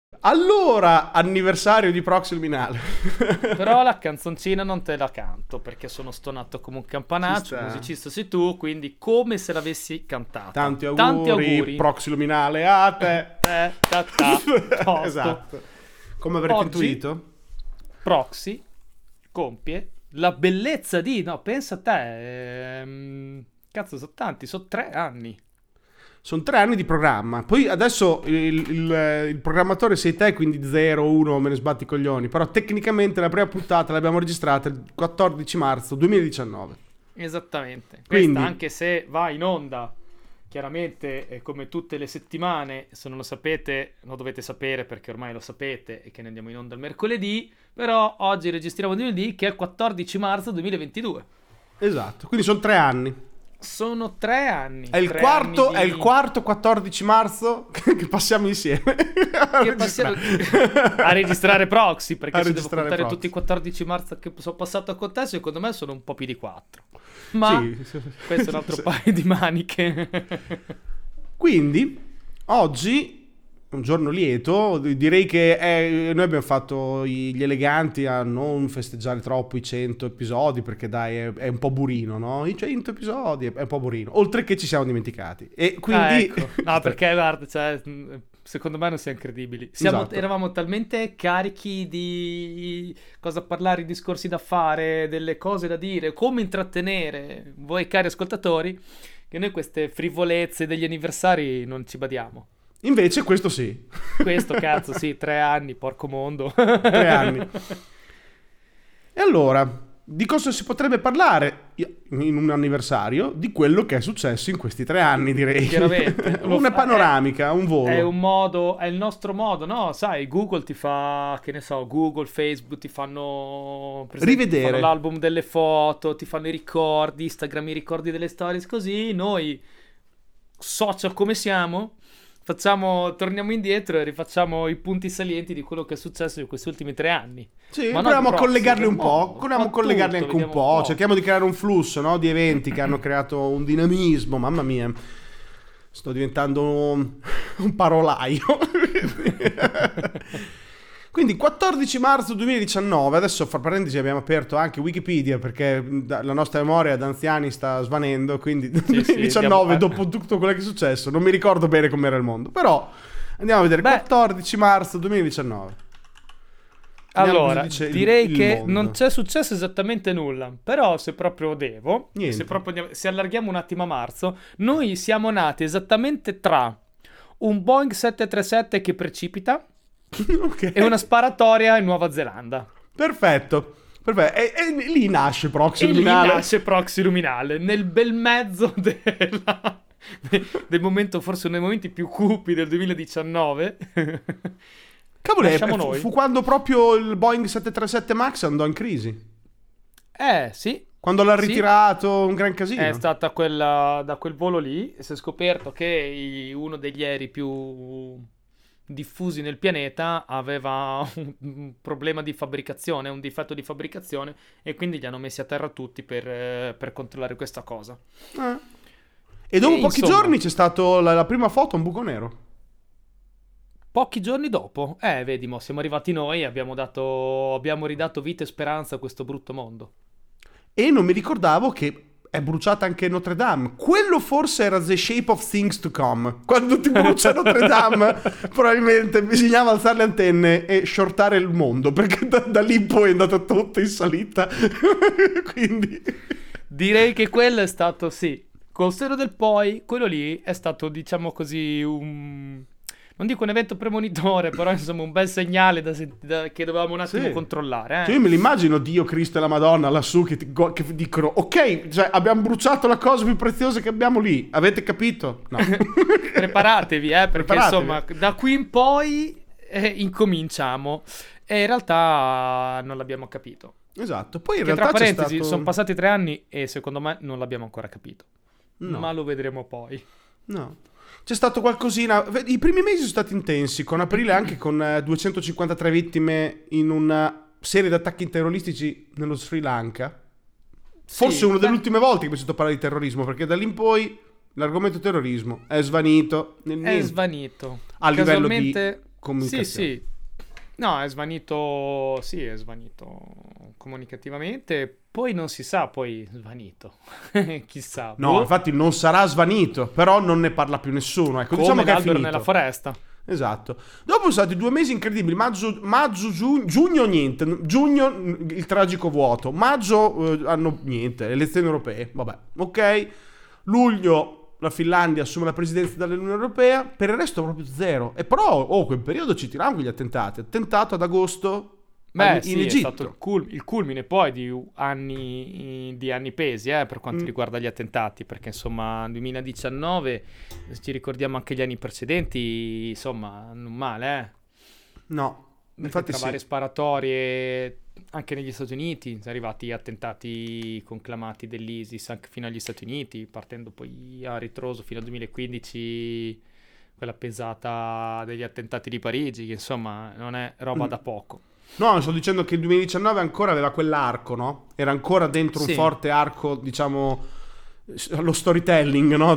Allora, anniversario di Proxy Luminale. Però la canzoncina non te la canto perché sono stonato come un campanaccio, musicista sei tu, quindi come se l'avessi cantata. Tanti auguri. Proxy Luminale a te. Esatto. Come avrete Oggi, intuito? Proxy compie la bellezza di... No, pensa a te. Cazzo, sono tanti, sono 3 anni. Sono 3 anni di programma. Poi adesso il programmatore sei te, quindi 0, 1, me ne sbatti i coglioni. Però tecnicamente la prima puntata l'abbiamo registrata il 14 marzo 2019. Esattamente. Quindi, questa, anche se va in onda, chiaramente come tutte le settimane, se non lo sapete, lo dovete sapere perché ormai lo sapete e che ne andiamo in onda il mercoledì. Però oggi registriamo il lunedì, che è il 14 marzo 2022. Esatto, quindi sono 3 anni. Sono 3 anni. È il quarto 14 marzo che passiamo insieme a registrare Proxy, perché se devo contare Proxy. tutti i 14 marzo che sono passato con te, secondo me sono un po' più di 4. Ma sì. questo è un altro paio di maniche. Quindi oggi un giorno lieto, direi che noi abbiamo fatto gli eleganti a non festeggiare troppo i 100 episodi, perché dai è un po' burino, no? I 100 episodi è un po' burino, oltre che ci siamo dimenticati e quindi ecco. No, perché guarda, cioè, secondo me non siamo credibili. Esatto. Eravamo talmente carichi di cosa parlare, discorsi da fare, delle cose da dire, come intrattenere voi cari ascoltatori, che noi queste frivolezze degli anniversari non ci badiamo. Invece questo sì. Questo cazzo sì, 3 anni, porco mondo. 3 anni. E allora, di cosa si potrebbe parlare in un anniversario? Di quello che è successo in questi 3 anni, direi. Chiaramente. Una panoramica, un volo. È un modo, è il nostro modo, no? Sai, Google ti fa, che ne so, Google, Facebook ti fanno per esempio, rivedere, ti fanno l'album delle foto, ti fanno i ricordi, Instagram i ricordi delle stories, così noi, social come siamo, torniamo indietro e rifacciamo i punti salienti di quello che è successo in questi ultimi 3 anni. Sì, proviamo a collegarli un po', proviamo a collegarli anche un po', cerchiamo di creare un flusso, no, di eventi che hanno creato un dinamismo, mamma mia, sto diventando un parolaio. Quindi 14 marzo 2019, adesso fra parentesi abbiamo aperto anche Wikipedia perché la nostra memoria da anziani sta svanendo, quindi 2019 dopo tutto quello che è successo non mi ricordo bene com'era il mondo, però andiamo a vedere. 14 marzo 2019. Allora, direi che non c'è successo esattamente nulla, però se proprio devo, se allarghiamo un attimo a marzo, noi siamo nati esattamente tra un Boeing 737 che precipita, okay, e una sparatoria in Nuova Zelanda. Perfetto. E lì nasce Proxy Luminale. Nel bel mezzo del momento, forse uno dei momenti più cupi del 2019. Cavolo, fu quando proprio il Boeing 737 MAX andò in crisi. Sì. Quando l'ha ritirato, un gran casino. È stata da quel volo lì. Si è scoperto che uno degli aerei più diffusi nel pianeta aveva un problema di fabbricazione, un difetto di fabbricazione, e quindi li hanno messi a terra tutti per controllare questa cosa. E dopo pochi giorni c'è stata la prima foto, un buco nero. Pochi giorni dopo, vedi, siamo arrivati noi e abbiamo ridato vita e speranza a questo brutto mondo. E non mi ricordavo che è bruciata anche Notre Dame. Quello forse era The Shape of Things to Come. Quando ti brucia Notre Dame probabilmente bisognava alzare le antenne e shortare il mondo, perché da lì poi è andata tutto in salita. Quindi direi che quello è stato, sì, col seno del poi, quello lì è stato, diciamo così, non dico un evento premonitore, però insomma un bel segnale che dovevamo un attimo controllare. Cioè io me l'immagino Dio, Cristo e la Madonna lassù che dicono ok, cioè abbiamo bruciato la cosa più preziosa che abbiamo lì, avete capito? No. Preparatevi, perché insomma da qui in poi incominciamo, e in realtà non l'abbiamo capito. Esatto, poi in che realtà tra parentesi sono passati 3 anni e secondo me non l'abbiamo ancora capito. Ma lo vedremo poi. No. C'è stato qualcosina. I primi mesi sono stati intensi, con aprile anche con 253 vittime in una serie di attacchi terroristici nello Sri Lanka. Forse una delle ultime volte che abbiamo sentito parlare di terrorismo, perché da lì in poi l'argomento terrorismo è svanito. È svanito. A livello di comunicazione. Sì. No, è svanito comunicativamente, poi non si sa, poi svanito, chissà. No, infatti non sarà svanito, però non ne parla più nessuno, ecco, come diciamo che è l'albero finito. nella foresta. Esatto. Dopo sono stati 2 mesi incredibili, giugno niente, giugno il tragico vuoto, maggio hanno niente, elezioni europee, vabbè, ok, luglio la Finlandia assume la presidenza dell'Unione Europea, per il resto proprio zero. E però, quel periodo ci tiravano gli attentati. Attentato ad agosto in Egitto. È stato il culmine poi di anni pesi per quanto riguarda gli attentati, perché insomma 2019, se ci ricordiamo anche gli anni precedenti, insomma, non male, No, infatti tra varie sparatorie anche negli Stati Uniti sono arrivati attentati conclamati dell'ISIS anche fino agli Stati Uniti, partendo poi a ritroso fino al 2015 quella pesata degli attentati di Parigi, che insomma non è roba da poco. No, sto dicendo che il 2019 ancora aveva quell'arco, no? Era ancora dentro un forte arco, diciamo, lo storytelling, no?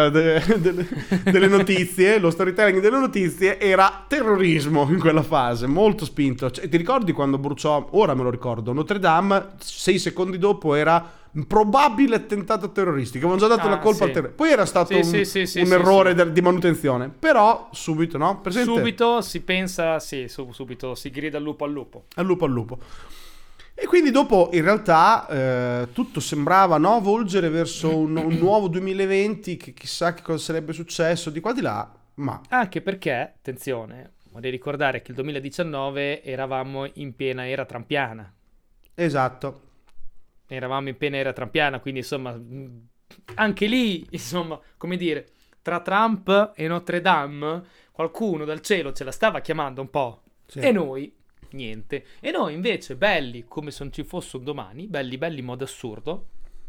delle notizie. Lo storytelling delle notizie era terrorismo in quella fase, molto spinto. Cioè, ti ricordi quando bruciò, ora me lo ricordo, Notre Dame, 6 secondi dopo era probabile attentato terroristico, avevano già dato la colpa al terrorismo. Poi era stato un errore di manutenzione, però subito, no? Presente? Subito si pensa, subito si grida al lupo. Al lupo. E quindi dopo in realtà tutto sembrava, no, volgere verso un nuovo 2020, che chissà che cosa sarebbe successo di qua di là, ma... Anche perché, attenzione, vorrei ricordare che il 2019 eravamo in piena era trampiana. Esatto. Eravamo in piena era trampiana, quindi insomma, anche lì, insomma, come dire, tra Trump e Notre Dame, qualcuno dal cielo ce la stava chiamando un po', e noi... niente. E noi invece, belli come se non ci fosse un domani, belli in modo assurdo,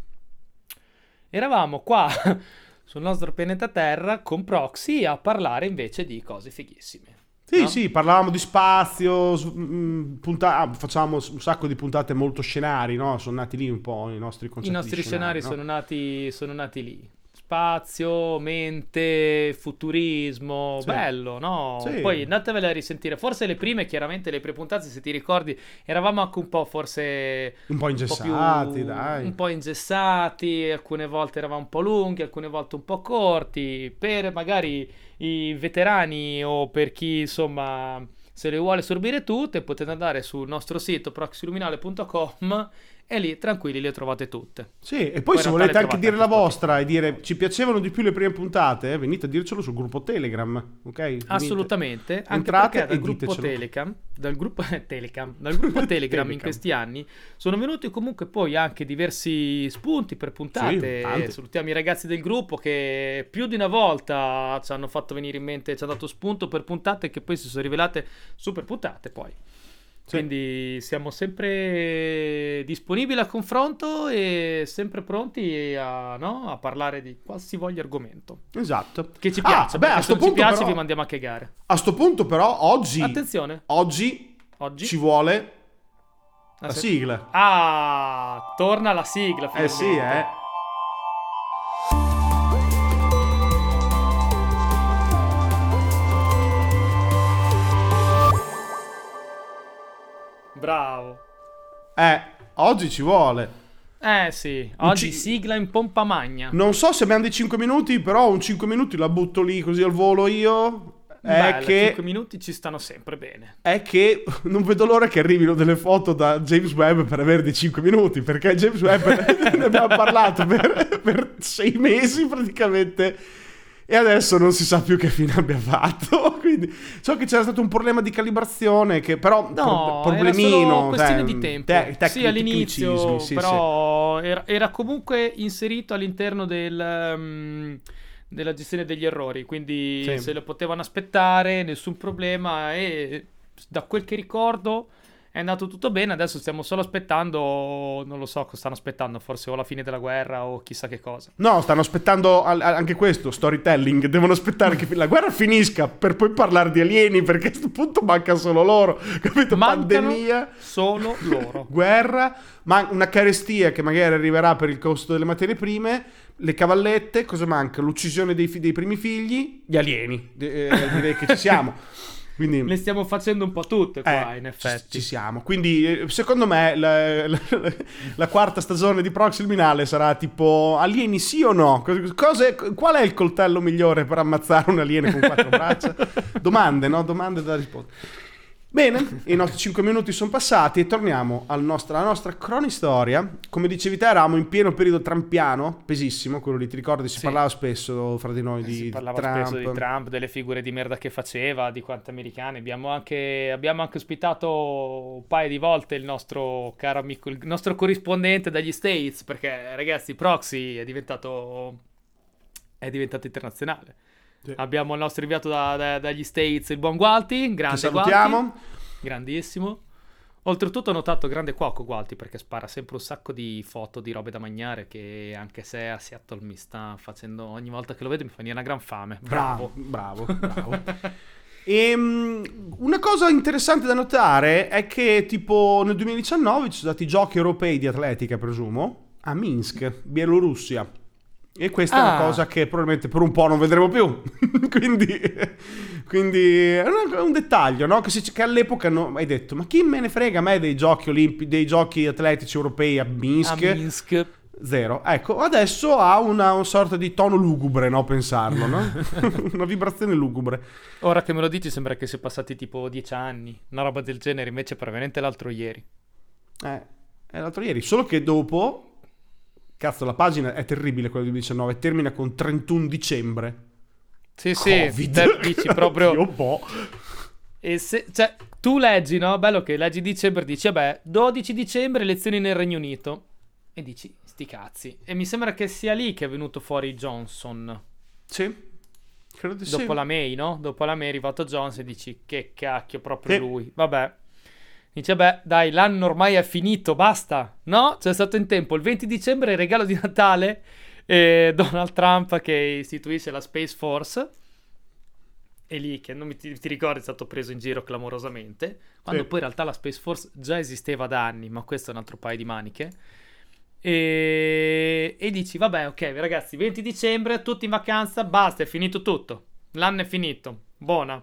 eravamo qua sul nostro pianeta Terra con Proxy a parlare invece di cose fighissime. Sì, parlavamo di spazio, facciamo un sacco di puntate molto scenari, no? Sono nati lì un po' i nostri concetti. I nostri scenari, no? sono nati lì. Spazio, mente, futurismo, bello, no? Sì. Poi andatevele a risentire. Forse le prime puntate, se ti ricordi, eravamo anche un po' forse... un po' ingessati, un po' ingessati, alcune volte eravamo un po' lunghi, alcune volte un po' corti, per magari i veterani o per chi, insomma, se le vuole sorbire tutte, potete andare sul nostro sito proxyluminale.com e lì tranquilli le trovate tutte. Sì, e poi se volete anche dire la vostra e dire ci piacevano di più le prime puntate, venite a dircelo sul gruppo Telegram, ok? Venite. Assolutamente, anche entrate perché dal gruppo Telegram in questi anni sono venuti comunque poi anche diversi spunti per puntate. Salutiamo i ragazzi del gruppo che più di una volta ci hanno fatto venire in mente, ci hanno dato spunto per puntate che poi si sono rivelate super puntate poi. Quindi siamo sempre disponibili al confronto e sempre pronti a parlare di qualsivoglia argomento. Esatto. Che ci piace. A sto punto, ci piace, però, vi mandiamo a cagare. A sto punto però oggi... Attenzione. Oggi ci vuole la sigla. Torna la sigla. Finalmente. Bravo. Oggi ci vuole. Sì, oggi sigla in pompa magna. Non so se abbiamo dei 5 minuti, però un 5 minuti la butto lì così al volo io. Bella, 5 minuti ci stanno sempre bene. È che non vedo l'ora che arrivino delle foto da James Webb per avere dei 5 minuti, perché James Webb ne abbiamo parlato per 6 mesi praticamente. E adesso non si sa più che fine abbia fatto. Quindi so che c'era stato un problema di calibrazione, che però problemino, era solo questione di tempo. Sì, all'inizio, però sì. Era comunque inserito all'interno della gestione degli errori, quindi se lo potevano aspettare, nessun problema, e da quel che ricordo è andato tutto bene. Adesso stiamo solo aspettando, non lo so cosa stanno aspettando, forse o la fine della guerra o chissà che cosa. No, stanno aspettando anche questo, storytelling, devono aspettare che la guerra finisca per poi parlare di alieni, perché a questo punto manca solo loro, capito? Mancano pandemia, solo loro. Guerra, ma una carestia che magari arriverà per il costo delle materie prime, le cavallette, cosa manca? L'uccisione dei primi figli, gli alieni, direi che ci siamo. Quindi le stiamo facendo un po' tutte qua, in effetti. Ci siamo. Quindi, secondo me, la quarta stagione di Proximinale sarà tipo alieni sì o no? Qual è il coltello migliore per ammazzare un alieno con 4 braccia? Domande, no? Domande da rispondere. Bene, i nostri 5 minuti sono passati e torniamo alla nostra cronistoria. Come dicevi te, eravamo in pieno periodo trampiano, pesissimo, quello lì, ti ricordi? Si parlava spesso fra di noi di parlava Trump. Spesso di Trump, delle figure di merda che faceva, di quante americane. Abbiamo anche ospitato un paio di volte il nostro caro amico, il nostro corrispondente dagli States, perché ragazzi, Proxy è diventato internazionale. Sì. Abbiamo il nostro inviato dagli States, il buon Gualti, grande. Che salutiamo. Gualti, grandissimo. Oltretutto ho notato grande cuoco Gualti, perché spara sempre un sacco di foto di robe da mangiare, che anche se a Seattle mi sta facendo, ogni volta che lo vedo mi fa venire una gran fame. Bravo. Una cosa interessante da notare è che tipo nel 2019 ci sono stati i giochi europei di atletica, presumo, a Minsk, Bielorussia. E questa è una cosa che probabilmente per un po' non vedremo più. quindi è un dettaglio, no? Che all'epoca hai detto, ma chi me ne frega a me dei giochi olimpici, dei giochi atletici europei a Minsk? Zero. Ecco, adesso ha una sorta di tono lugubre, no? Pensarlo, no? Una vibrazione lugubre. Ora che me lo dici sembra che sia passati tipo 10 anni, una roba del genere, invece per veramente l'altro ieri. È l'altro ieri, solo che dopo... Cazzo, la pagina è terribile, quella del 2019, termina con 31 dicembre. Sì, Covid. Dici proprio... Io boh. E cioè, tu leggi, no? Bello che leggi dicembre, dici, vabbè, 12 dicembre, elezioni nel Regno Unito. E dici, sti cazzi. E mi sembra che sia lì che è venuto fuori Johnson. Sì, credo di sì. Dopo la May, no? Dopo la May è arrivato Johnson e dici, che cacchio, proprio lui. Vabbè. Dice, beh, dai, l'anno ormai è finito, basta. No? C'è stato in tempo. Il 20 dicembre, il regalo di Natale, Donald Trump che istituisce la Space Force. E lì, che non ti ricordi, è stato preso in giro clamorosamente. Quando poi in realtà la Space Force già esisteva da anni, ma questo è un altro paio di maniche. E dici, vabbè, ok, ragazzi, 20 dicembre, tutti in vacanza, basta, è finito tutto. L'anno è finito. Buona.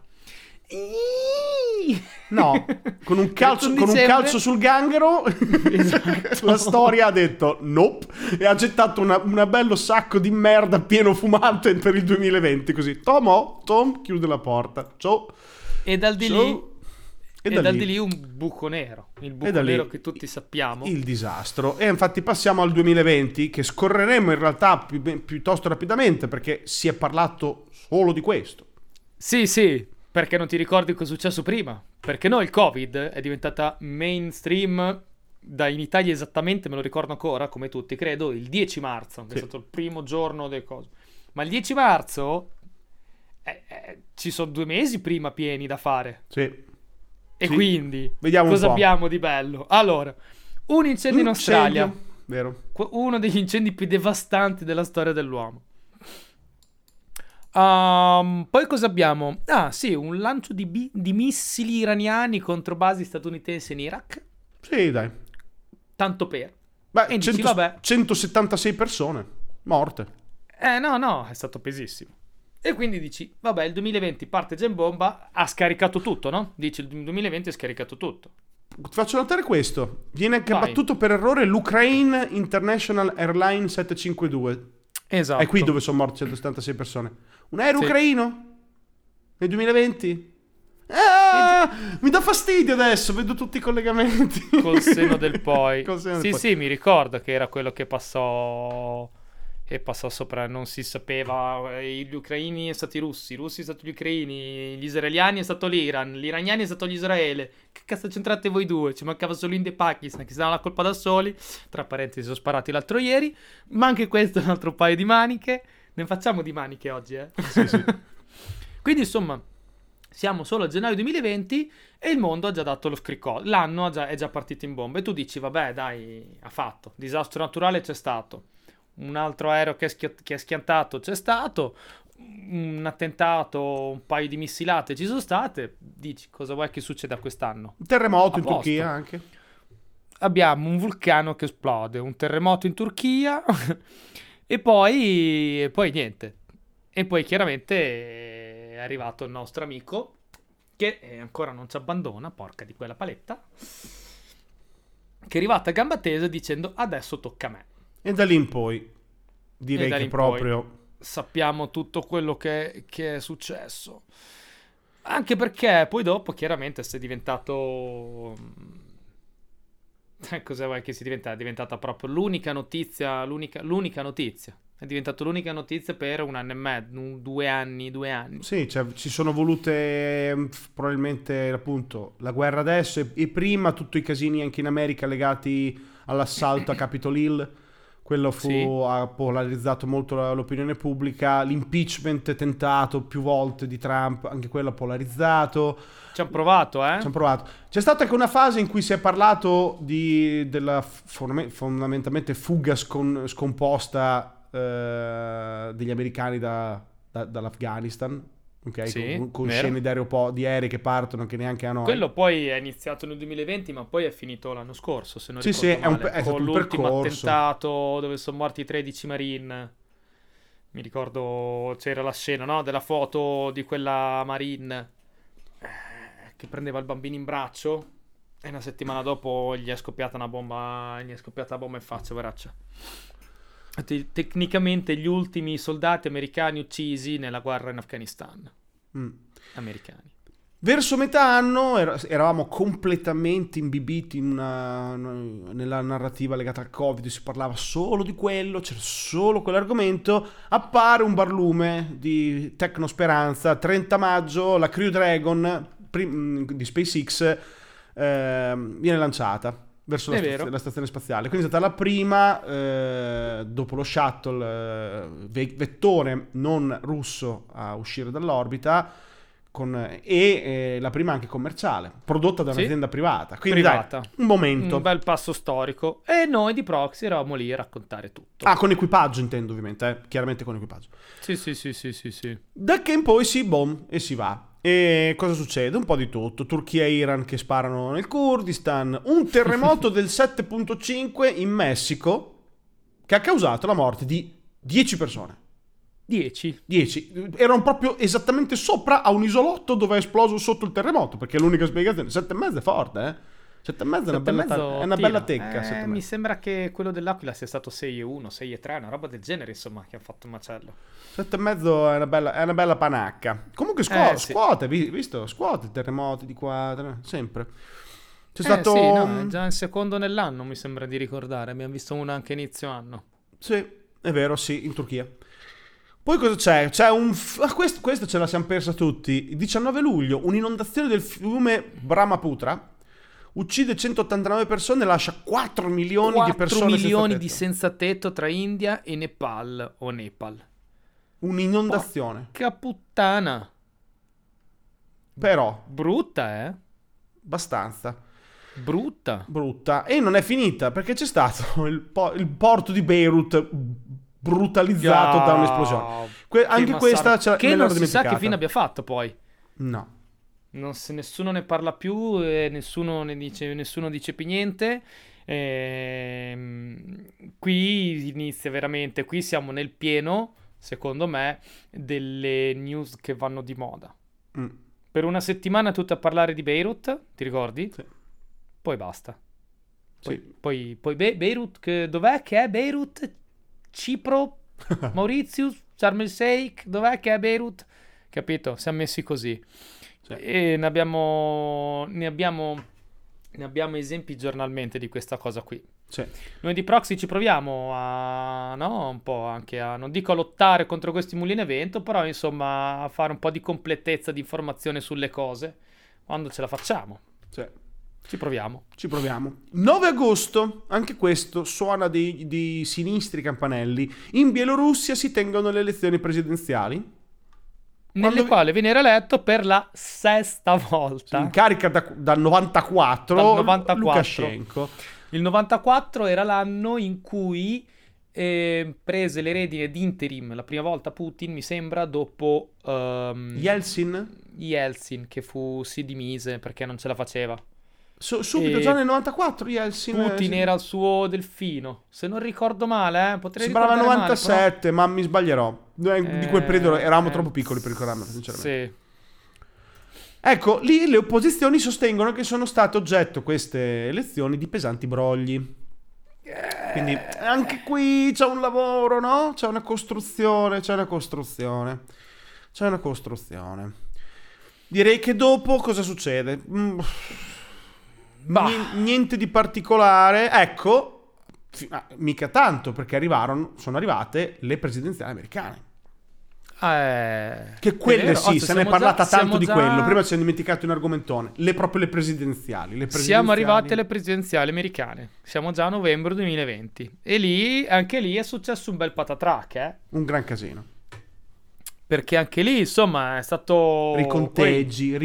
No, con un calcio sul ganghero. Esatto. La storia ha detto nope e ha gettato una bello sacco di merda pieno fumante per il 2020, così Tom chiude la porta, ciao. E dal di lì un buco nero, il buco nero che tutti sappiamo, il disastro. E infatti passiamo al 2020, che scorreremo in realtà piuttosto rapidamente, perché si è parlato solo di questo. Sì, perché non ti ricordi cosa è successo prima? Perché il Covid è diventata mainstream in Italia esattamente, me lo ricordo ancora, come tutti, credo, il 10 marzo, che è stato il primo giorno del coso. Ma il 10 marzo ci sono 2 mesi prima pieni da fare. Sì. E quindi, vediamo cosa abbiamo di bello? Allora, un incendio in Australia. Vero. Uno degli incendi più devastanti della storia dell'uomo. Poi cosa abbiamo? Sì, un lancio di missili iraniani contro basi statunitensi in Iraq. Sì, dai. Tanto per. Beh, e dici, vabbè. 176 persone morte. No, è stato pesissimo. E quindi dici, vabbè, il 2020 parte già in bomba, ha scaricato tutto, no? Dici, il 2020 ha scaricato tutto. Ti faccio notare questo. Viene anche battuto per errore l'Ukraine International Airline 752. Esatto. È qui dove sono morte 176 persone. Un aereo ucraino? Nel 2020? Mi dà fastidio adesso, vedo tutti i collegamenti. Col seno del poi. Sì, mi ricordo che era quello che passò sopra, non si sapeva. Gli ucraini è stato i russi è stato gli ucraini, gli israeliani è stato l'Iran, gli iraniani è stato l'Israele. Che cazzo c'entrate voi due? Ci mancava solo India e Pakistan, che si danno la colpa da soli. Tra parentesi, sono sparati l'altro ieri. Ma anche questo è un altro paio di maniche. Ne facciamo di maniche oggi, Sì. Quindi insomma, siamo solo a gennaio 2020 e il mondo ha già dato lo scricco. L'anno è già partito in bomba. E tu dici, vabbè, dai, ha fatto. Disastro naturale c'è stato. Un altro aereo che è schiantato c'è stato. Un attentato, un paio di missilate ci sono state. Dici, cosa vuoi che succeda quest'anno? Un terremoto in Turchia anche. Abbiamo un vulcano che esplode, un terremoto in Turchia e poi niente. E poi chiaramente è arrivato il nostro amico che ancora non ci abbandona, porca di quella paletta, che è arrivata a gamba tesa dicendo adesso tocca a me. E da lì in poi direi che proprio sappiamo tutto quello che è successo. Anche perché poi dopo chiaramente sei diventato... Cosa vuoi che sia diventata? È diventata proprio l'unica notizia. È diventato l'unica notizia per 1 anno e mezzo, 2 anni. Sì, cioè, ci sono volute probabilmente appunto la guerra adesso e prima tutti i casini anche in America legati all'assalto a Capitol Hill. Quello ha polarizzato molto l'opinione pubblica. L'impeachment tentato più volte di Trump, anche quello ha polarizzato. Ci hanno provato. C'è stata anche una fase in cui si è parlato della fondamentalmente fuga scomposta degli americani dall'Afghanistan. Ok, sì, con scene di aerei che partono che neanche a noi. Quello poi è iniziato nel 2020, ma poi è finito l'anno scorso, se non ricordo male, è stato con l'ultimo percorso. Attentato dove sono morti 13 Marine. Mi ricordo c'era la scena, no? Della foto di quella Marine che prendeva il bambino in braccio e una settimana dopo gli è scoppiata la bomba in faccia, veraccia. Tecnicamente gli ultimi soldati americani uccisi nella guerra in Afghanistan. Americani. Verso metà anno eravamo completamente imbibiti nella narrativa legata al Covid, si parlava solo di quello, c'era solo quell'argomento. Appare un barlume di Tecnosperanza, 30 maggio, la Crew Dragon di SpaceX viene lanciata verso la stazione spaziale. Quindi è stata la prima, dopo lo shuttle, vettore non russo a uscire dall'orbita, e la prima anche commerciale, prodotta da un'azienda privata. Quindi privata. Dai, un momento. Un bel passo storico. E noi di Proxy eravamo lì a raccontare tutto. Con equipaggio intendo ovviamente, chiaramente con equipaggio. Sì. Da che in poi e si va. E cosa succede? Un po' di tutto. Turchia e Iran che sparano nel Kurdistan. Un terremoto del 7.5 in Messico che ha causato la morte di 10 persone. 10. Erano proprio esattamente sopra a un isolotto dove è esploso sotto il terremoto, perché è l'unica spiegazione. 7,5 è forte, 7,5 è una bella tecca. Mi sembra che quello dell'Aquila sia stato 6,1, 6,3, una roba del genere, insomma, che ha fatto un macello. 7,5 è una bella panacca. Comunque scuote, visto? Scuote, terremoti di qua, sempre. C'è stato... Sì, no, è già il secondo nell'anno, mi sembra di ricordare. Abbiamo visto uno anche inizio anno. Sì, è vero, sì, in Turchia. Poi cosa c'è? Questa ce la siamo persa tutti. Il 19 luglio, un'inondazione del fiume Brahmaputra uccide 189 persone e lascia 4 milioni di persone 4 milioni di senza tetto tra India e Nepal o Nepal. Un'inondazione. Porca puttana. Però brutta, abbastanza brutta. E non è finita, perché c'è stato il porto di Beirut brutalizzato da un'esplosione. Anche questa che non si sa che fine abbia fatto poi. No. Nessuno ne parla più, nessuno dice più niente. Qui inizia veramente, qui siamo nel pieno, secondo me, delle news che vanno di moda. Per una settimana tutti a parlare di Beirut, ti ricordi? Sì. Poi basta. Poi Beirut, dov'è che è Beirut? Cipro? Mauritius? Sharm el Sheikh? Dov'è che è Beirut? Capito? Siamo messi così. Sì. E ne abbiamo esempi giornalmente di questa cosa qui. Sì. Noi di Proxy ci proviamo un po' anche non dico a lottare contro questi mulini evento, però insomma a fare un po' di completezza di informazione sulle cose quando ce la facciamo. Sì. Ci proviamo. 9 agosto, anche questo suona dei sinistri campanelli. In Bielorussia si tengono le elezioni presidenziali, nelle quali viene eletto per la 6ª volta. In carica dal 94 Lukashenko. Il 94 era l'anno in cui prese le redine di interim la prima volta Putin, mi sembra, dopo Yeltsin, che si dimise perché non ce la faceva. Subito, già nel 94 Yeltsin Putin era il suo delfino, se non ricordo male, potrei sembrava ricordare 97 male, ma mi sbaglierò. Di quel periodo eravamo troppo piccoli per ricordarmelo, sinceramente. Sì. Ecco, lì le opposizioni sostengono che sono state oggetto queste elezioni di pesanti brogli. Quindi anche qui c'è un lavoro, no? C'è una costruzione. Direi che dopo cosa succede? Niente di particolare. Ecco, mica tanto, perché sono arrivate le presidenziali americane. Che quelle sì, se ne è parlata tanto di quello. Prima ci siamo dimenticati un argomentone. Proprio le presidenziali. Siamo arrivati alle presidenziali americane. Siamo già a novembre 2020. E lì, anche lì è successo un bel patatrac, Un gran casino. Perché anche lì, insomma, è stato... Riconteggi,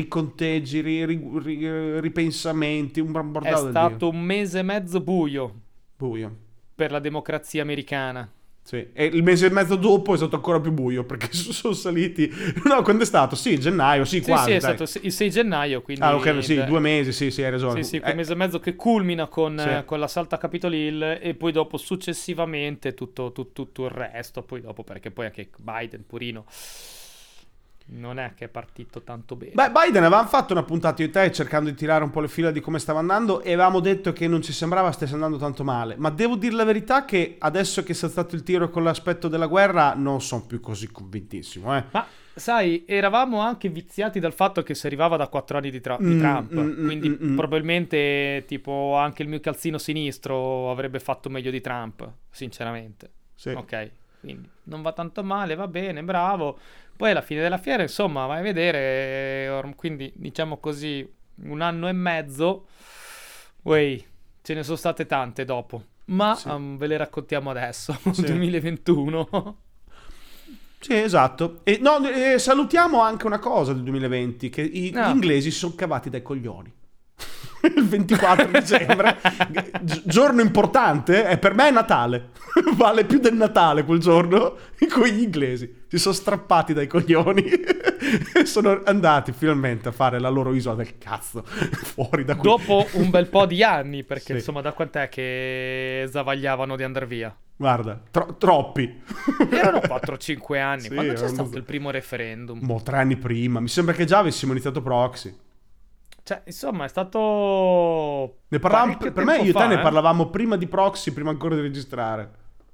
ripensamenti, un bordello. È stato un mese e mezzo buio. Buio. Per la democrazia americana. Sì, e il mese e mezzo dopo è stato ancora più buio, perché sono saliti... No, quando è stato? Sì, gennaio, quasi. Sì, è stato il 6 gennaio, quindi... ok, sì, 2 mesi, sì, hai ragione. Sì, quel mese e mezzo che culmina con l'assalto a Capitol Hill e poi dopo successivamente tutto il resto, poi dopo perché poi anche Biden, purino, non è che è partito tanto bene. Beh, Biden avevamo fatto una puntata io e te cercando di tirare un po' le fila di come stava andando e avevamo detto che non ci sembrava stesse andando tanto male, ma devo dire la verità che adesso che si è stato il tiro con l'aspetto della guerra non sono più così convintissimo. Ma sai, eravamo anche viziati dal fatto che si arrivava da 4 anni di Trump, quindi probabilmente tipo anche il mio calzino sinistro avrebbe fatto meglio di Trump, sinceramente. Sì. Ok, quindi non va tanto male, va bene, bravo. Poi alla fine della fiera, insomma, vai a vedere, quindi diciamo così, 1 anno e mezzo, ce ne sono state tante dopo, ma ve le raccontiamo adesso, 2021. Sì, esatto. E salutiamo anche una cosa del 2020, che gli inglesi si sono cavati dai coglioni. Il 24 dicembre, giorno importante, per me è Natale, vale più del Natale quel giorno in cui gli inglesi si sono strappati dai coglioni e sono andati finalmente a fare la loro isola del cazzo fuori da qui. Dopo un bel po' di anni, perché insomma da quant'è che zavagliavano di andare via? Guarda, troppi. Erano 4-5 anni. Quando c'è stato il primo referendum? 3 anni prima. Mi sembra che già avessimo iniziato proxy. Cioè, insomma, è stato... Ne parlavamo, per me io e te ne parlavamo prima di proxy, prima ancora di registrare.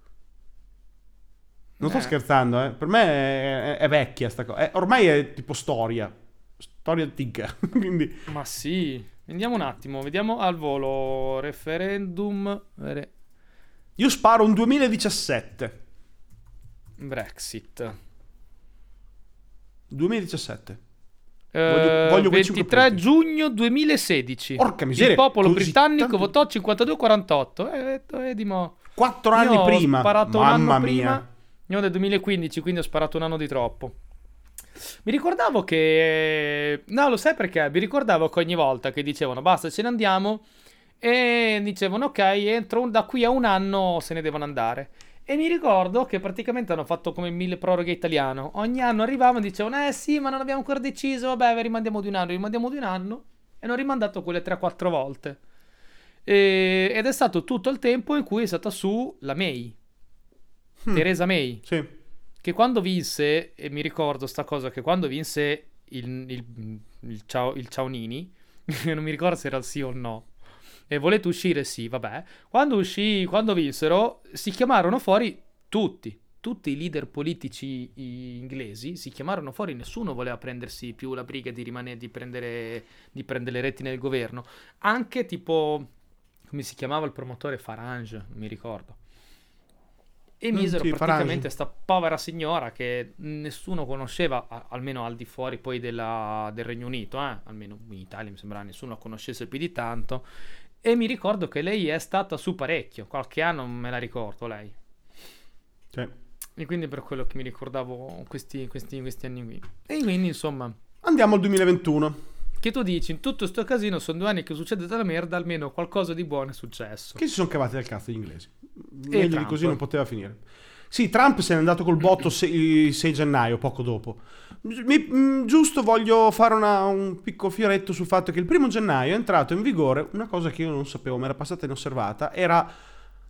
Non sto scherzando, Per me è vecchia sta cosa. Ormai è tipo storia antica. Quindi... Ma sì. Andiamo un attimo, vediamo al volo. Referendum... Io sparo un 2017. Brexit. 2017. Voglio 23 giugno 2016. Porca miseria. Il popolo britannico votò 52-48. Vedi mo. 4 anni prima. Ho sparato Mamma un anno mia. prima. Io nel 2015, quindi ho sparato un anno di troppo. Mi ricordavo che... No, lo sai perché? Mi ricordavo che ogni volta che dicevano basta, ce ne andiamo, e dicevano ok, entro da qui a 1 anno se ne devono andare. E mi ricordo che praticamente hanno fatto come il 1000 proroghe italiano. Ogni anno arrivavano e dicevano sì, ma non abbiamo ancora deciso, vabbè, rimandiamo di un anno. E hanno rimandato quelle 3-4 volte. Ed è stato tutto il tempo in cui è stata su la May. Theresa May. Sì. Che quando vinse, e mi ricordo sta cosa, che quando vinse il Ciaonini, non mi ricordo se era il sì o il no, e volete uscire, sì, vabbè. Quando vinsero, si chiamarono fuori tutti i leader politici inglesi, si chiamarono fuori, nessuno voleva prendersi più la briga di prendere le reti nel governo. Anche tipo, come si chiamava il promotore? Farage, non mi ricordo. E misero praticamente sta povera signora che nessuno conosceva, almeno al di fuori poi del Regno Unito, almeno in Italia mi sembra nessuno conoscesse più di tanto. E mi ricordo che lei è stata su parecchio, qualche anno me la ricordo lei. Sì. E quindi per quello che mi ricordavo questi anni qui. E quindi insomma... Andiamo al 2021. Che tu dici, in tutto sto casino sono 2 anni che succede della merda, almeno qualcosa di buono è successo. Che si sono cavati dal cazzo gli inglesi. Meglio di così non poteva finire. Sì, Trump se n'è andato col botto il 6 gennaio, poco dopo. Giusto voglio fare un piccolo fioretto sul fatto che il 1 gennaio è entrato in vigore una cosa che io non sapevo, mi era passata inosservata, era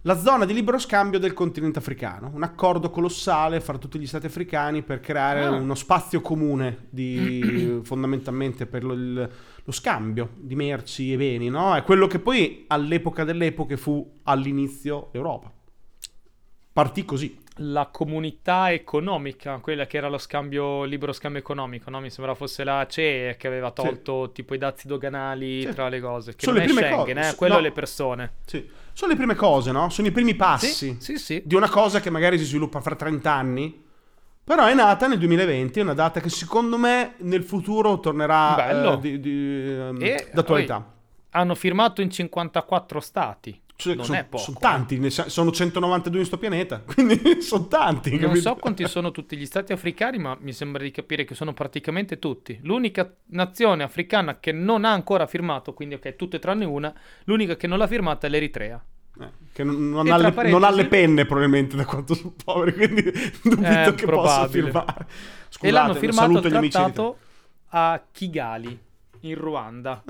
la zona di libero scambio del continente africano, un accordo colossale fra tutti gli stati africani per creare uno spazio comune fondamentalmente per lo scambio di merci e beni, no? È quello che poi all'epoca delle epoche fu all'inizio Europa. Partì così. La comunità economica, quella che era libero scambio economico, no? Mi sembra fosse la CE che aveva tolto tipo i dazi doganali tra le cose. Che sono non le è prime Schengen, cose. quello No. è le persone. Sì. Sono le prime cose, no? Sono i primi passi sì. di una cosa che magari si sviluppa fra 30 anni. Però è nata nel 2020, è una data che secondo me nel futuro tornerà d'attualità. Hanno firmato in 54 stati. Cioè, è poco. Sono tanti, sono 192 in sto pianeta, quindi sono tanti. Non capito? so quanti sono tutti gli stati africani, ma mi sembra di capire che sono praticamente tutti. L'unica nazione africana che non ha ancora firmato, quindi ok, tutte tranne una, l'unica che non l'ha firmata è l'Eritrea. Che non ha le penne probabilmente, da quanto sono poveri, quindi dubito che possa firmare. Scusate, e l'hanno firmato il trattato a Kigali, in Ruanda.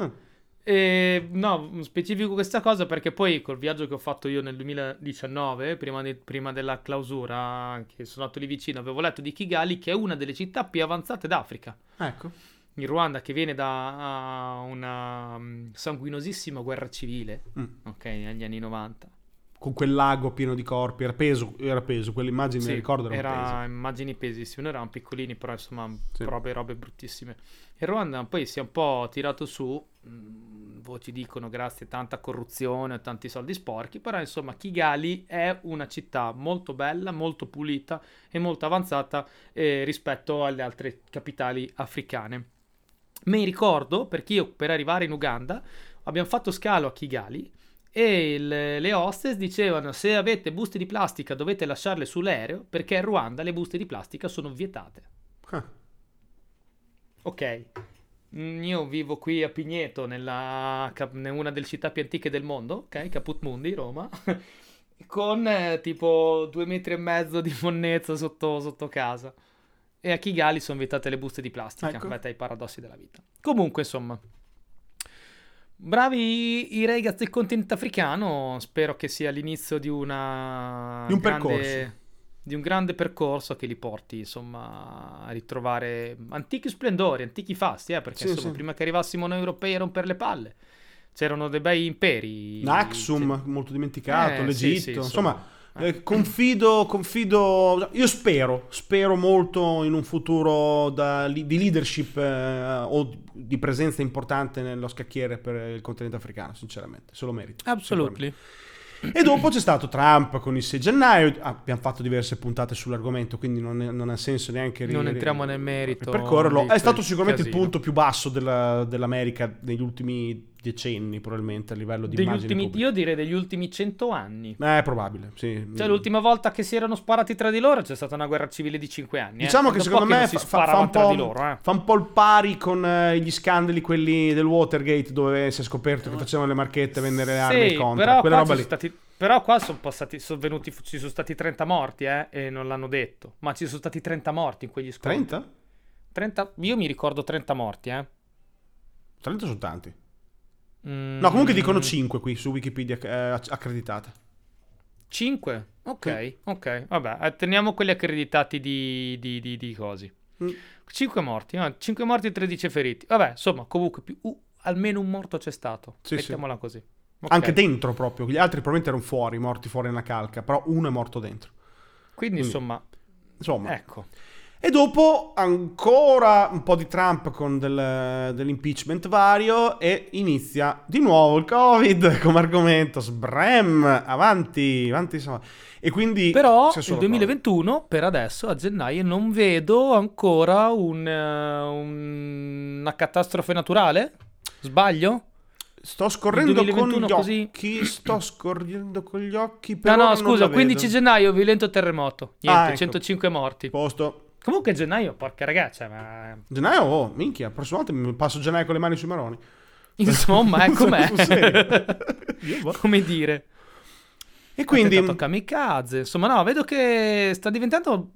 No, specifico questa cosa perché poi col viaggio che ho fatto io nel 2019, prima della clausura, che sono andato lì vicino, avevo letto di Kigali, che è una delle città più avanzate d'Africa. Ecco. In Ruanda, che viene da una sanguinosissima guerra civile, ok, negli anni 90. Con quel lago pieno di corpi, era peso, quelle immagini, mi ricordo, erano immagini pesissime, noi eravamo piccolini, però insomma robe bruttissime. E Ruanda poi si è un po' tirato su, voci dicono grazie a tanta corruzione, a tanti soldi sporchi, però insomma Kigali è una città molto bella, molto pulita e molto avanzata rispetto alle altre capitali africane. Mi ricordo perché io per arrivare in Uganda abbiamo fatto scalo a Kigali e le hostess dicevano: se avete buste di plastica dovete lasciarle sull'aereo, perché in Ruanda le buste di plastica sono vietate. Ok, io vivo qui a Pigneto, in una delle città più antiche del mondo, ok, Caput Mundi, Roma, con tipo 2,5 metri di monnezza sotto casa. E a Kigali sono vietate le buste di plastica. Ecco. Beh, i paradossi della vita. Comunque, insomma, bravi i ragazzi del continente africano. Spero che sia l'inizio di un grande percorso che li porti, insomma, a ritrovare antichi splendori, antichi fasti, perché insomma, prima che arrivassimo noi europei a rompere le palle, c'erano dei bei imperi. Naxum, molto dimenticato, l'Egitto, insomma. Confido, io spero molto in un futuro di leadership o di presenza importante nello scacchiere per il continente africano, sinceramente, se lo merita. Absolutely. E dopo c'è stato Trump con il 6 gennaio, abbiamo fatto diverse puntate sull'argomento, quindi non ha senso neanche non entriamo nel merito percorrerlo. È stato sicuramente il punto più basso dell'America negli ultimi decenni, probabilmente, a livello di immagine pubblica. Io direi degli ultimi 100 anni. È probabile, sì. Cioè l'ultima volta che si erano sparati tra di loro c'è stata una guerra civile di 5 anni. Diciamo che secondo me fa un po' il pari con gli scandali quelli del Watergate, dove si è scoperto che facevano le marchette, vendere armi contro quella roba lì. Però qua ci sono stati 30 morti, e non l'hanno detto. Ma ci sono stati 30 morti in quegli scontri. 30? 30? Io mi ricordo 30 morti, 30 sono tanti. No, comunque dicono 5 qui su Wikipedia accreditate. 5? Ok. Vabbè, teniamo quelli accreditati di cosi. 5 morti, 5 morti e 13 feriti. Vabbè, insomma, comunque almeno un morto c'è stato. Mettiamola così. Okay. Anche dentro proprio, gli altri probabilmente erano morti fuori nella calca, però uno è morto dentro. Quindi insomma, ecco. E dopo ancora un po' di Trump con dell'impeachment vario e inizia di nuovo il Covid come argomento. Sbrem, avanti insomma. E quindi però il 2021 COVID. Per adesso a gennaio non vedo ancora una catastrofe naturale? Sbaglio? Sto scorrendo con gli occhi. No, scusa, 15 gennaio, violento terremoto. Niente, ecco. 105 morti. Posto. Comunque gennaio, porca ragazza, ma... Gennaio, minchia, la prossima volta mi passo gennaio con le mani sui maroni. Insomma, com'è? Come dire. E quindi... kamikaze. Insomma, no, vedo che sta diventando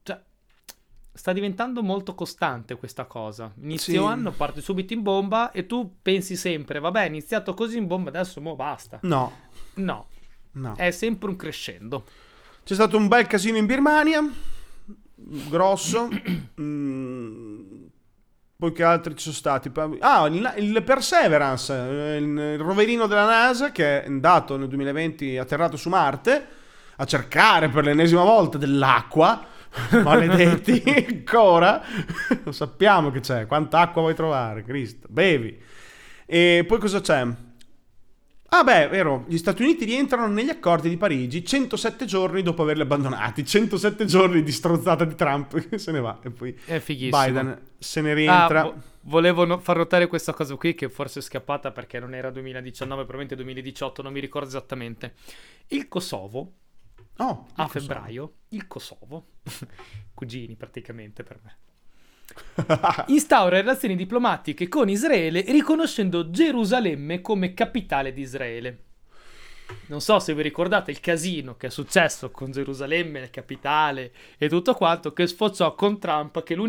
molto costante questa cosa. Inizio anno, parte subito in bomba e tu pensi sempre, vabbè, è iniziato così in bomba, adesso basta. No. No. È sempre un crescendo. C'è stato un bel casino in Birmania, grosso. Poi che altri ci sono stati? Il Perseverance, il roverino della NASA che è andato nel 2020, atterrato su Marte a cercare per l'ennesima volta dell'acqua. Maledetti, ancora. Lo sappiamo che c'è. Quanta acqua vuoi trovare, Cristo? Bevi. E poi cosa c'è? Vero, gli Stati Uniti rientrano negli accordi di Parigi 107 giorni dopo averli abbandonati. 107 giorni di strozzata di Trump che se ne va. E poi è fighissimo. Biden se ne rientra. Volevo far notare questa cosa qui che forse è scappata perché non era 2019, probabilmente 2018, non mi ricordo esattamente. Il Kosovo, a febbraio, il Kosovo, cugini praticamente per me, instaura relazioni diplomatiche con Israele riconoscendo Gerusalemme come capitale di Israele. Non so se vi ricordate il casino che è successo con Gerusalemme, la capitale e tutto quanto, che sfociò con Trump, che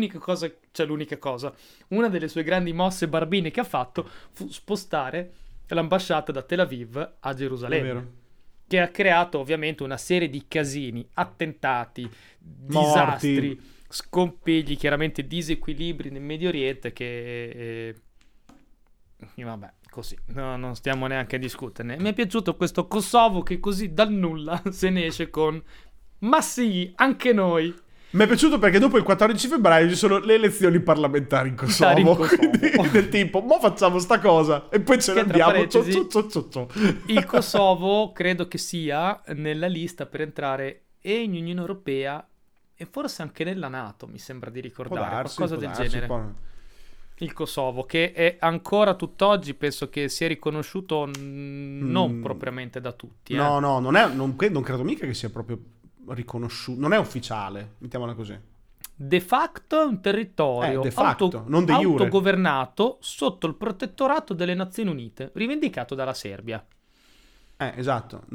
una delle sue grandi mosse barbine che ha fatto fu spostare l'ambasciata da Tel Aviv a Gerusalemme, che ha creato ovviamente una serie di casini, attentati, disastri, scompigli, chiaramente disequilibri nel Medio Oriente che vabbè, così non stiamo neanche a discuterne. Mi è piaciuto questo Kosovo che così dal nulla se ne esce con ma sì, anche noi. Mi è piaciuto perché dopo il 14 febbraio ci sono le elezioni parlamentari in Kosovo. Quindi, del tipo, mo facciamo sta cosa e poi ce ne andiamo. Il Kosovo credo che sia nella lista per entrare e in Unione Europea e forse anche nella NATO, mi sembra di ricordare, qualcosa del genere. Il Kosovo, che è ancora tutt'oggi, penso che sia riconosciuto non propriamente da tutti. No, non credo mica che sia proprio riconosciuto, non è ufficiale, mettiamola così. De facto è un territorio non de jure, autogovernato sotto il protettorato delle Nazioni Unite, rivendicato dalla Serbia. Esatto.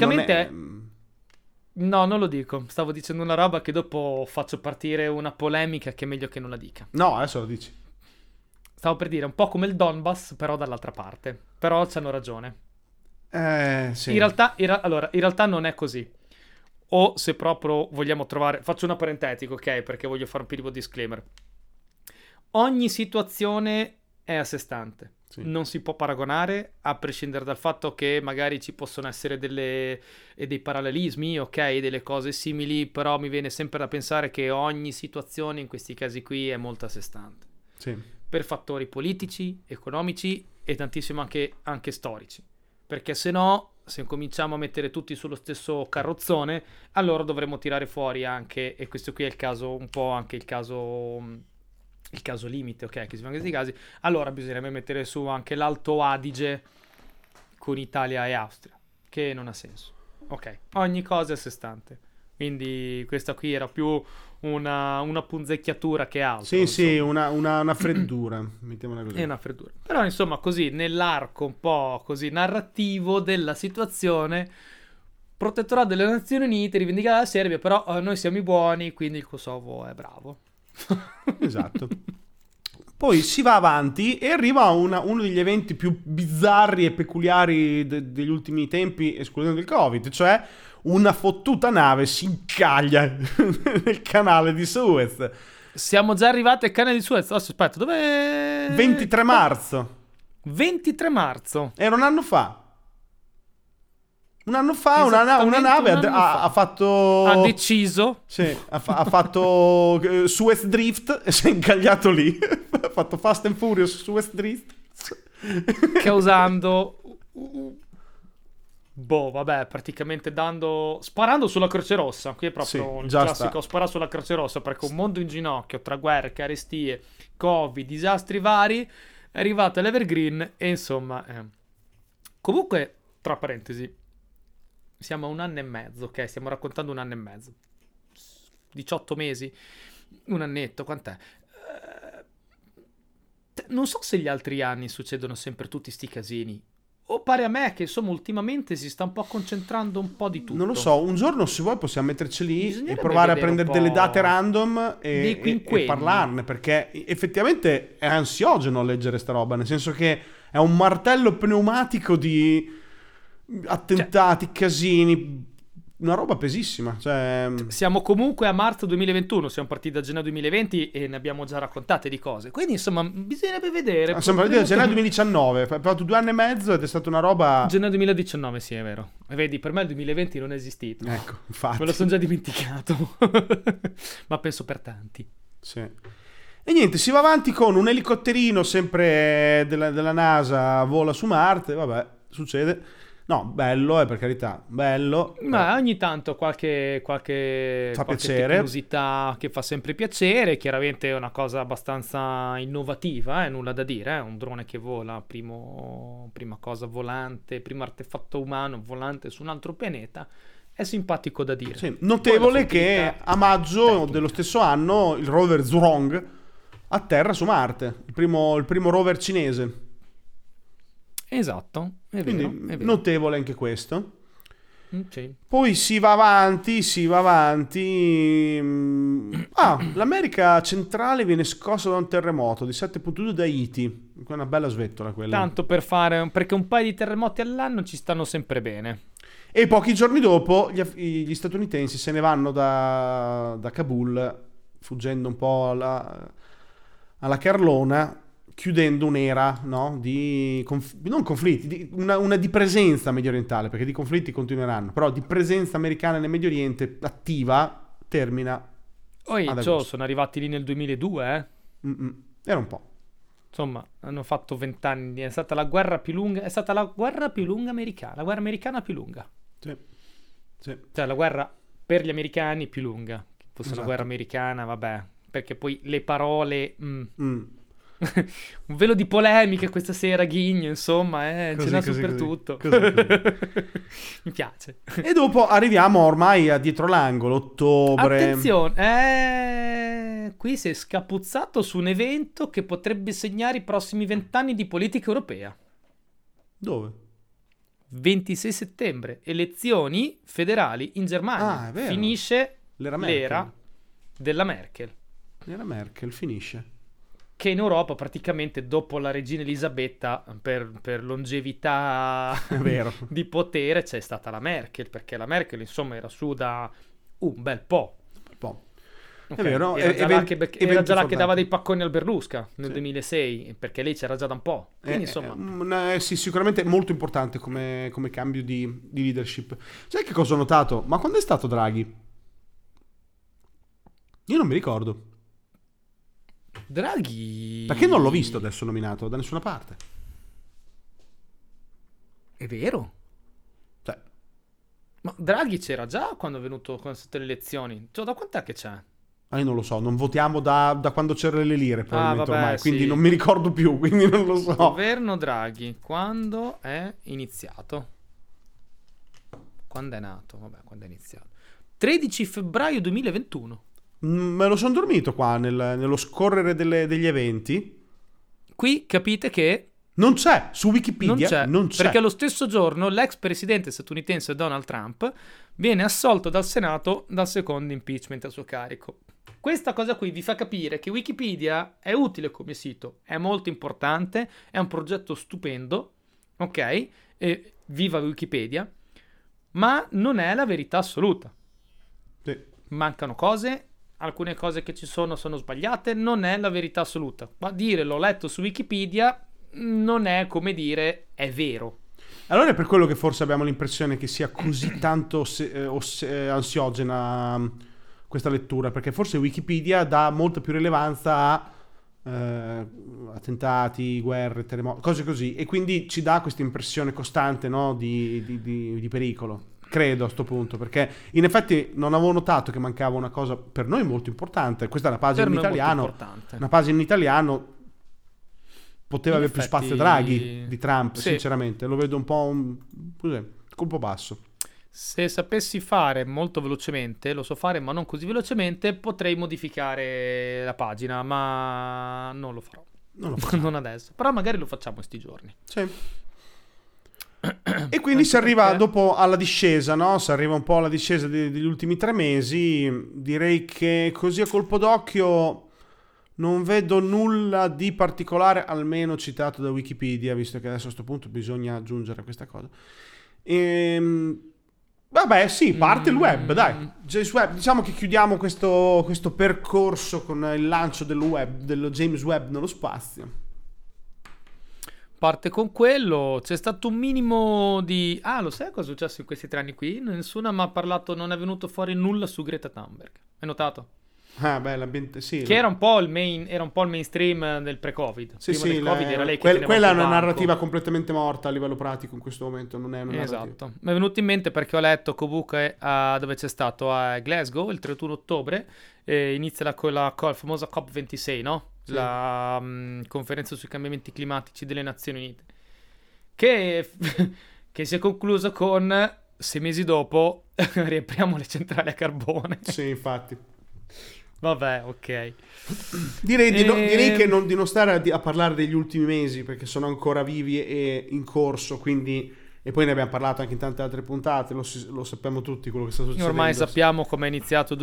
No, non lo dico. Stavo dicendo una roba che dopo faccio partire una polemica che è meglio che non la dica. No, adesso lo dici. Stavo per dire un po' come il Donbass, però dall'altra parte. Però c'hanno ragione. Sì. In realtà non è così. O se proprio vogliamo trovare... Faccio una parentetico, ok? Perché voglio fare un piccolo disclaimer. Ogni situazione è a sé stante. Sì. Non si può paragonare, a prescindere dal fatto che magari ci possono essere dei parallelismi, ok, delle cose simili, però mi viene sempre da pensare che ogni situazione in questi casi qui è molto a sé stante. Sì. Per fattori politici, economici e tantissimo anche storici. Perché se cominciamo a mettere tutti sullo stesso carrozzone, allora dovremmo tirare fuori anche, e questo qui è il caso, un po' anche il caso limite, ok, che si fa in questi casi, allora bisognerebbe mettere su anche l'Alto Adige con Italia e Austria, che non ha senso. Ok, ogni cosa è a sé stante. Quindi questa qui era più una punzecchiatura che altro. Sì, una freddura, mettiamola così. È una freddura. Però insomma così, nell'arco un po' così narrativo della situazione, protettorato delle Nazioni Unite, rivendicata la Serbia, però noi siamo i buoni, quindi il Kosovo è bravo. Esatto. Poi si va avanti e arriva uno degli eventi più bizzarri e peculiari degli ultimi tempi, escludendo il Covid, cioè una fottuta nave si incaglia nel canale di Suez. Siamo già arrivati al canale di Suez. Aspetta, dov'è? 23 marzo. 23 marzo. Era un anno fa. Una nave ha fatto... Ha deciso. Sì, ha fatto Suez Drift e si è incagliato lì. Ha fatto Fast and Furious Suez Drift. Causando... praticamente sparando sulla Croce Rossa. Qui è proprio il classico sparare sulla Croce Rossa, perché un mondo in ginocchio tra guerre, carestie, Covid, disastri vari, è arrivato all'Evergreen e insomma... Comunque, tra parentesi, siamo a 1 anno e mezzo, ok? Stiamo raccontando 1 anno e mezzo. 18 mesi, un annetto, quant'è? Non so se gli altri anni succedono sempre tutti sti casini. O pare a me che insomma ultimamente si sta un po' concentrando un po' di tutto. Non lo so, un giorno se vuoi possiamo metterci lì e provare a prendere delle date random e parlarne, perché effettivamente è ansiogeno leggere sta roba, nel senso che è un martello pneumatico di attentati, casini, una roba pesissima. Cioè... Siamo comunque a marzo 2021, siamo partiti da gennaio 2020 e ne abbiamo già raccontate di cose. Quindi insomma bisognerebbe vedere. Siamo partiti da gennaio 2019, è fatto 2 anni e mezzo ed è stata una roba... Gennaio 2019, sì, è vero. E vedi, per me il 2020 non è esistito. Ecco, infatti. Me lo sono già dimenticato. Ma penso per tanti. Sì. E niente, si va avanti con un elicotterino sempre della NASA, vola su Marte, vabbè, succede. No, bello, per carità, bello. Ma ogni tanto qualche tecnologità che fa sempre piacere. Chiaramente è una cosa abbastanza innovativa, nulla da dire. Un drone che vola, prima cosa volante, primo artefatto umano volante su un altro pianeta. È simpatico da dire. Sì, notevole che a maggio dello stesso anno il rover Zhurong atterra su Marte, il primo rover cinese. Esatto, è quindi vero. Notevole anche questo. Sì. Poi si va avanti. L'America centrale viene scossa da un terremoto di 7.2 da Haiti. Una bella svettola quella. Tanto perché un paio di terremoti all'anno ci stanno sempre bene. E pochi giorni dopo gli statunitensi se ne vanno da Kabul, fuggendo un po' alla Carlona, chiudendo un'era, no? Non conflitti, una di presenza medio orientale, perché di conflitti continueranno, però di presenza americana nel Medio Oriente attiva termina. Sono arrivati lì nel 2002, Era un po'. Insomma, hanno fatto 20 anni, è stata la guerra più lunga americana, la guerra americana più lunga. Sì. Cioè la guerra per gli americani più lunga. Che fosse esatto. Una guerra americana, vabbè, perché poi le parole... Un velo di polemiche questa sera, Ghigno, insomma, ce n'ha su per tutto. Mi piace. E dopo arriviamo ormai a dietro l'angolo, ottobre. Attenzione, qui si è scapuzzato su un evento che potrebbe segnare i prossimi 20 anni di politica europea. Dove? 26 settembre, elezioni federali in Germania. È vero. Finisce l'era della Merkel. L'era Merkel finisce. Che in Europa praticamente dopo la regina Elisabetta per longevità di potere c'è stata la Merkel, perché la Merkel insomma era su da un bel po'. Okay. È vero, era già là che dava dei pacconi al Berlusca nel 2006, perché lei c'era già da un po'. Quindi insomma sì, sicuramente molto importante come cambio di leadership. Sai che cosa ho notato? Ma quando è stato Draghi? Io non mi ricordo. Draghi... Perché non l'ho visto adesso nominato da nessuna parte? È vero. Cioè. Ma Draghi c'era già quando è venuto con le elezioni. Cioè, da quant'è che c'è? Io non lo so, non votiamo da quando c'erano le lire probabilmente ormai, sì. quindi non mi ricordo più, quindi non lo so. Governo Draghi, quando è iniziato? Quando è nato? Vabbè, quando è iniziato? 13 febbraio 2021. Me lo sono dormito qua nello scorrere degli eventi. Qui capite che non c'è, su Wikipedia non c'è. Perché lo stesso giorno l'ex presidente statunitense Donald Trump viene assolto dal Senato dal secondo impeachment a suo carico. Questa cosa qui vi fa capire che Wikipedia è utile come sito, è molto importante, è un progetto stupendo, ok? E viva Wikipedia, ma non è la verità assoluta. Sì. Mancano cose. Alcune cose che ci sono sbagliate, non è la verità assoluta. Ma dire l'ho letto su Wikipedia non è come dire è vero. Allora è per quello che forse abbiamo l'impressione che sia così tanto ansiogena questa lettura, perché forse Wikipedia dà molta più rilevanza a attentati, guerre, terremoti, cose così, e quindi ci dà questa impressione costante, no, di pericolo. Credo a sto punto, perché in effetti non avevo notato che mancava una cosa per noi molto importante. Questa è una pagina in italiano. Una pagina in italiano poteva avere più spazio Draghi di Trump, sì. Sinceramente. Lo vedo un po' colpo basso. Se sapessi fare molto velocemente, lo so fare ma non così velocemente, potrei modificare la pagina, ma non lo farò. Non adesso. Però magari lo facciamo questi giorni. Sì. E quindi si arriva dopo alla discesa, no? Si arriva un po' alla discesa degli ultimi 3 mesi. Direi che così a colpo d'occhio non vedo nulla di particolare, almeno citato da Wikipedia, visto che adesso a questo punto bisogna aggiungere questa cosa. Vabbè, sì, parte il web, dai. James Webb, diciamo che chiudiamo questo percorso con il lancio dello James Webb nello spazio. Parte con quello, c'è stato un minimo di... lo sai cosa è successo in questi 3 anni qui? Nessuno mi ha parlato, non è venuto fuori nulla su Greta Thunberg. Hai notato? Beh, l'ambiente, sì. Che era un po' il mainstream del pre-Covid. Sì, prima del Covid era lei che quella è una narrativa completamente morta a livello pratico in questo momento, non è una narrativa. Esatto. Mi è venuto in mente perché ho letto comunque dove c'è stato a Glasgow il 31 ottobre, inizia la famosa COP26, no? Sì. La conferenza sui cambiamenti climatici delle Nazioni Unite, che si è conclusa con 6 mesi dopo riapriamo le centrali a carbone. Sì, infatti. Vabbè, ok. Direi che di non stare a parlare degli ultimi mesi, perché sono ancora vivi e in corso, quindi... E poi ne abbiamo parlato anche in tante altre puntate, lo sappiamo tutti quello che sta succedendo. Ormai sappiamo come è iniziato il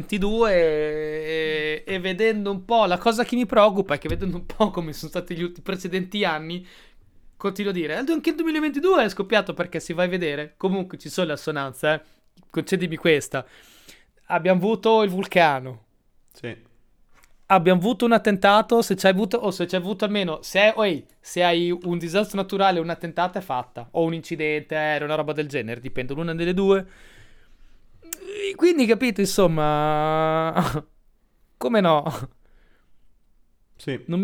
2022 e vedendo un po', la cosa che mi preoccupa è che vedendo un po' come sono stati gli precedenti anni, continuo a dire, anche il 2022 è scoppiato, perché si va a vedere, comunque ci sono le assonanze, concedimi questa, abbiamo avuto il vulcano. Sì. Abbiamo avuto un attentato, se c'hai avuto almeno, se hai un disastro naturale o un attentato è fatta, o un incidente aereo, una roba del genere, dipende l'una delle due. Quindi capito, insomma, come no? Sì. Non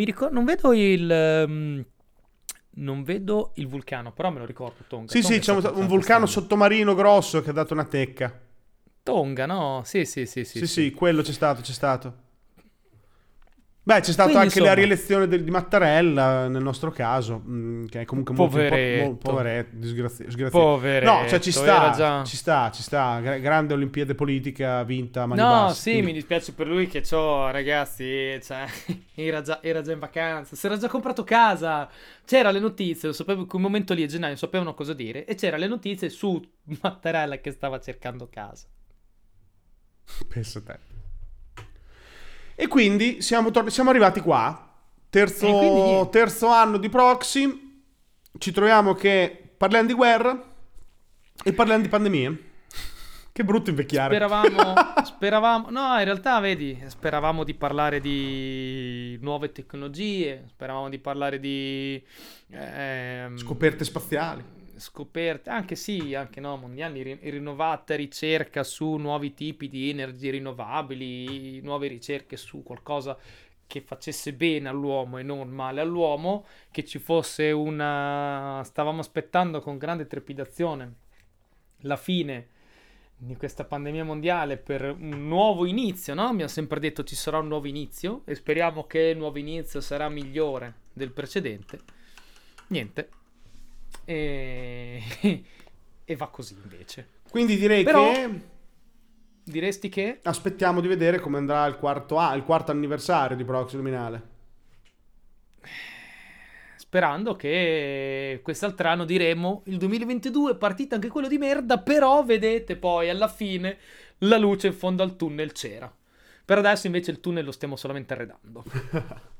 vedo il vulcano, però me lo ricordo, Tonga. Sì, c'è un vulcano sottomarino grosso che ha dato una tecca. Tonga, no? Sì. Sì, quello c'è stato. Beh, c'è stata anche la rielezione di Mattarella, nel nostro caso, che è comunque molto poveretto, disgraziato. Poveretto. No, cioè ci sta. Grande Olimpiade politica vinta a mani basse. No, sì, quindi... mi dispiace per lui che ragazzi, cioè, era già in vacanza, si era già comprato casa. C'era le notizie, lo sapevo, in quel momento lì a gennaio sapevano cosa dire, e c'era le notizie su Mattarella che stava cercando casa. Pensa te. E quindi siamo arrivati qua, terzo anno di Proxy, ci troviamo che parliamo di guerra e parliamo di pandemie. Che brutto invecchiare. Speravamo, no, in realtà vedi, speravamo di parlare di nuove tecnologie, speravamo di parlare di... scoperte spaziali. Scoperte, anche no, mondiali, rinnovata ricerca su nuovi tipi di energie rinnovabili, nuove ricerche su qualcosa che facesse bene all'uomo e non male all'uomo, che ci fosse stavamo aspettando con grande trepidazione la fine di questa pandemia mondiale per un nuovo inizio, no? Mi ha sempre detto ci sarà un nuovo inizio e speriamo che il nuovo inizio sarà migliore del precedente. Niente. E va così invece. Quindi direi diresti che aspettiamo di vedere come andrà il quarto anniversario di Proxy Luminale, sperando che quest'altro anno diremo il 2022 è partito anche quello di merda, però vedete poi alla fine la luce in fondo al tunnel c'era. Per adesso invece il tunnel lo stiamo solamente arredando.